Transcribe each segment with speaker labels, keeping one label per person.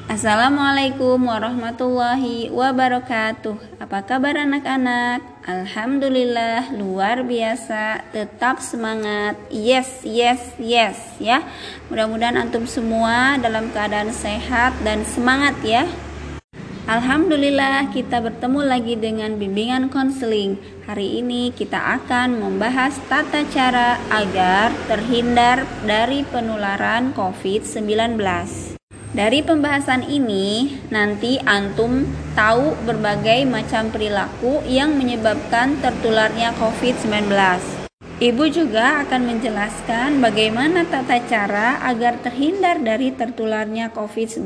Speaker 1: Assalamualaikum warahmatullahi wabarakatuh. Apa kabar anak-anak? Alhamdulillah luar biasa. Tetap semangat. Yes ya. Mudah-mudahan antum semua dalam keadaan sehat dan semangat ya. Alhamdulillah kita bertemu lagi dengan bimbingan konseling. Hari ini kita akan membahas tata cara agar terhindar dari penularan COVID-19. Dari pembahasan ini, nanti antum tahu berbagai macam perilaku yang menyebabkan tertularnya COVID-19. Ibu juga akan menjelaskan bagaimana tata cara agar terhindar dari tertularnya COVID-19.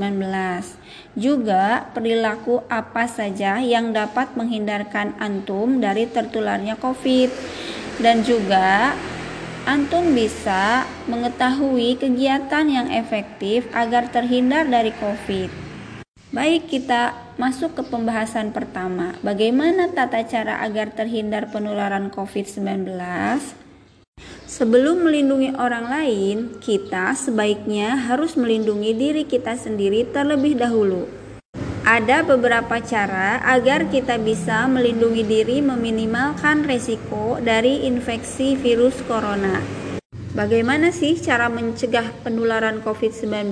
Speaker 1: Juga perilaku apa saja yang dapat menghindarkan antum dari tertularnya COVID. Dan juga antum bisa mengetahui kegiatan yang efektif agar terhindar dari COVID. Baik, kita masuk ke pembahasan pertama. Bagaimana tata cara agar terhindar penularan COVID-19? Sebelum melindungi orang lain, kita sebaiknya harus melindungi diri kita sendiri terlebih dahulu. Ada beberapa cara agar kita bisa melindungi diri meminimalkan resiko dari infeksi virus corona. Bagaimana sih cara mencegah penularan COVID-19?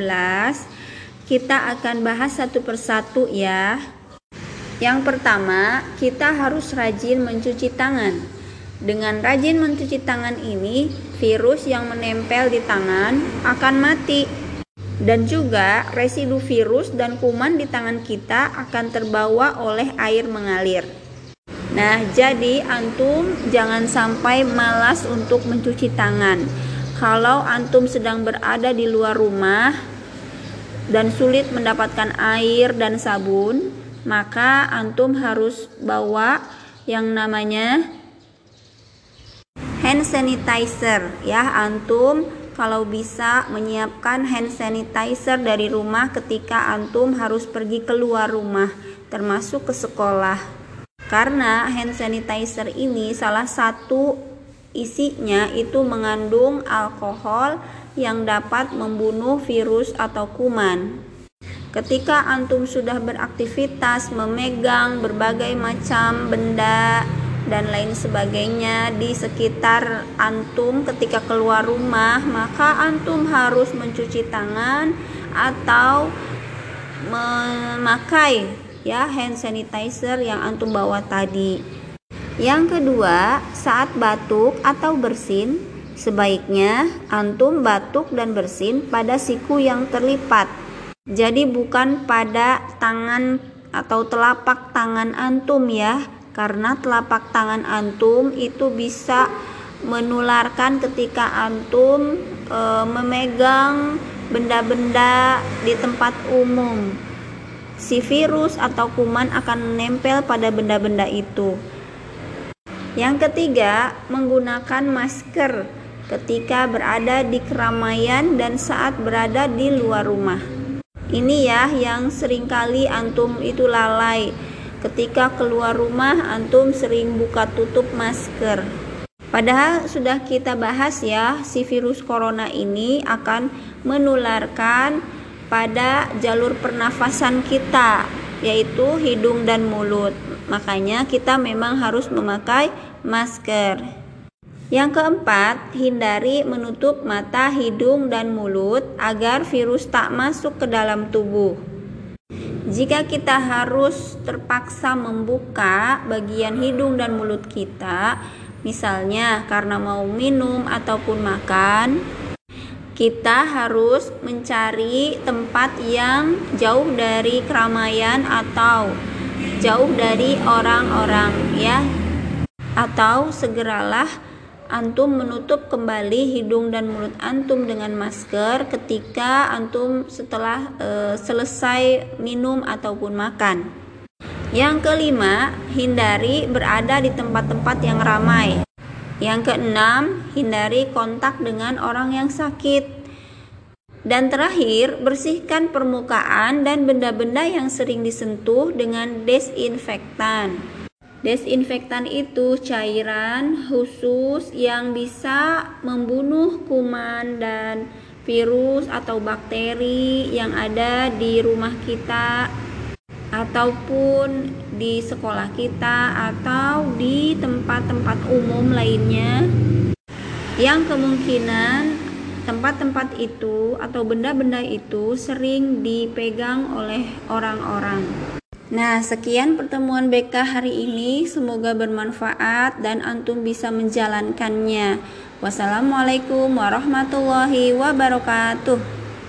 Speaker 1: Kita akan bahas satu persatu ya. Yang pertama, kita harus rajin mencuci tangan. Dengan rajin mencuci tangan ini, virus yang menempel di tangan akan mati. Dan juga residu virus dan kuman di tangan kita akan terbawa oleh air mengalir. Nah, jadi antum jangan sampai malas untuk mencuci tangan. Kalau antum sedang berada di luar rumah dan sulit mendapatkan air dan sabun, maka antum harus bawa yang namanya hand sanitizer ya. Antum kalau bisa menyiapkan hand sanitizer dari rumah ketika antum harus pergi keluar rumah, termasuk ke sekolah. Karena hand sanitizer ini salah satu isinya itu mengandung alkohol yang dapat membunuh virus atau kuman. Ketika antum sudah beraktivitas memegang berbagai macam benda dan lain sebagainya di sekitar antum ketika keluar rumah, maka antum harus mencuci tangan atau memakai ya hand sanitizer yang antum bawa tadi. Yang kedua, saat batuk atau bersin, sebaiknya antum batuk dan bersin pada siku yang terlipat. Jadi bukan pada tangan atau telapak tangan antum ya. Karena telapak tangan antum itu bisa menularkan ketika antum memegang benda-benda di tempat umum. Si virus atau kuman akan menempel pada benda-benda itu. Yang ketiga, menggunakan masker ketika berada di keramaian dan saat berada di luar rumah. Ini ya yang seringkali antum itu lalai. Ketika keluar rumah, antum sering buka tutup masker. Padahal sudah kita bahas ya, si virus corona ini akan menularkan pada jalur pernafasan kita, yaitu hidung dan mulut. Makanya kita memang harus memakai masker. Yang keempat, hindari menutup mata, hidung, dan mulut agar virus tak masuk ke dalam tubuh. Jika kita harus terpaksa membuka bagian hidung dan mulut kita, misalnya karena mau minum ataupun makan, kita harus mencari tempat yang jauh dari keramaian atau jauh dari orang-orang ya. Atau segeralah antum menutup kembali hidung dan mulut antum dengan masker ketika antum setelah selesai minum ataupun makan. Yang kelima, hindari berada di tempat-tempat yang ramai. Yang keenam, hindari kontak dengan orang yang sakit. Dan terakhir, bersihkan permukaan dan benda-benda yang sering disentuh dengan desinfektan. Desinfektan itu cairan khusus yang bisa membunuh kuman dan virus atau bakteri yang ada di rumah kita ataupun di sekolah kita atau di tempat-tempat umum lainnya yang kemungkinan tempat-tempat itu atau benda-benda itu sering dipegang oleh orang-orang. Nah, sekian pertemuan BK hari ini, semoga bermanfaat dan antum bisa menjalankannya. Wassalamualaikum warahmatullahi wabarakatuh.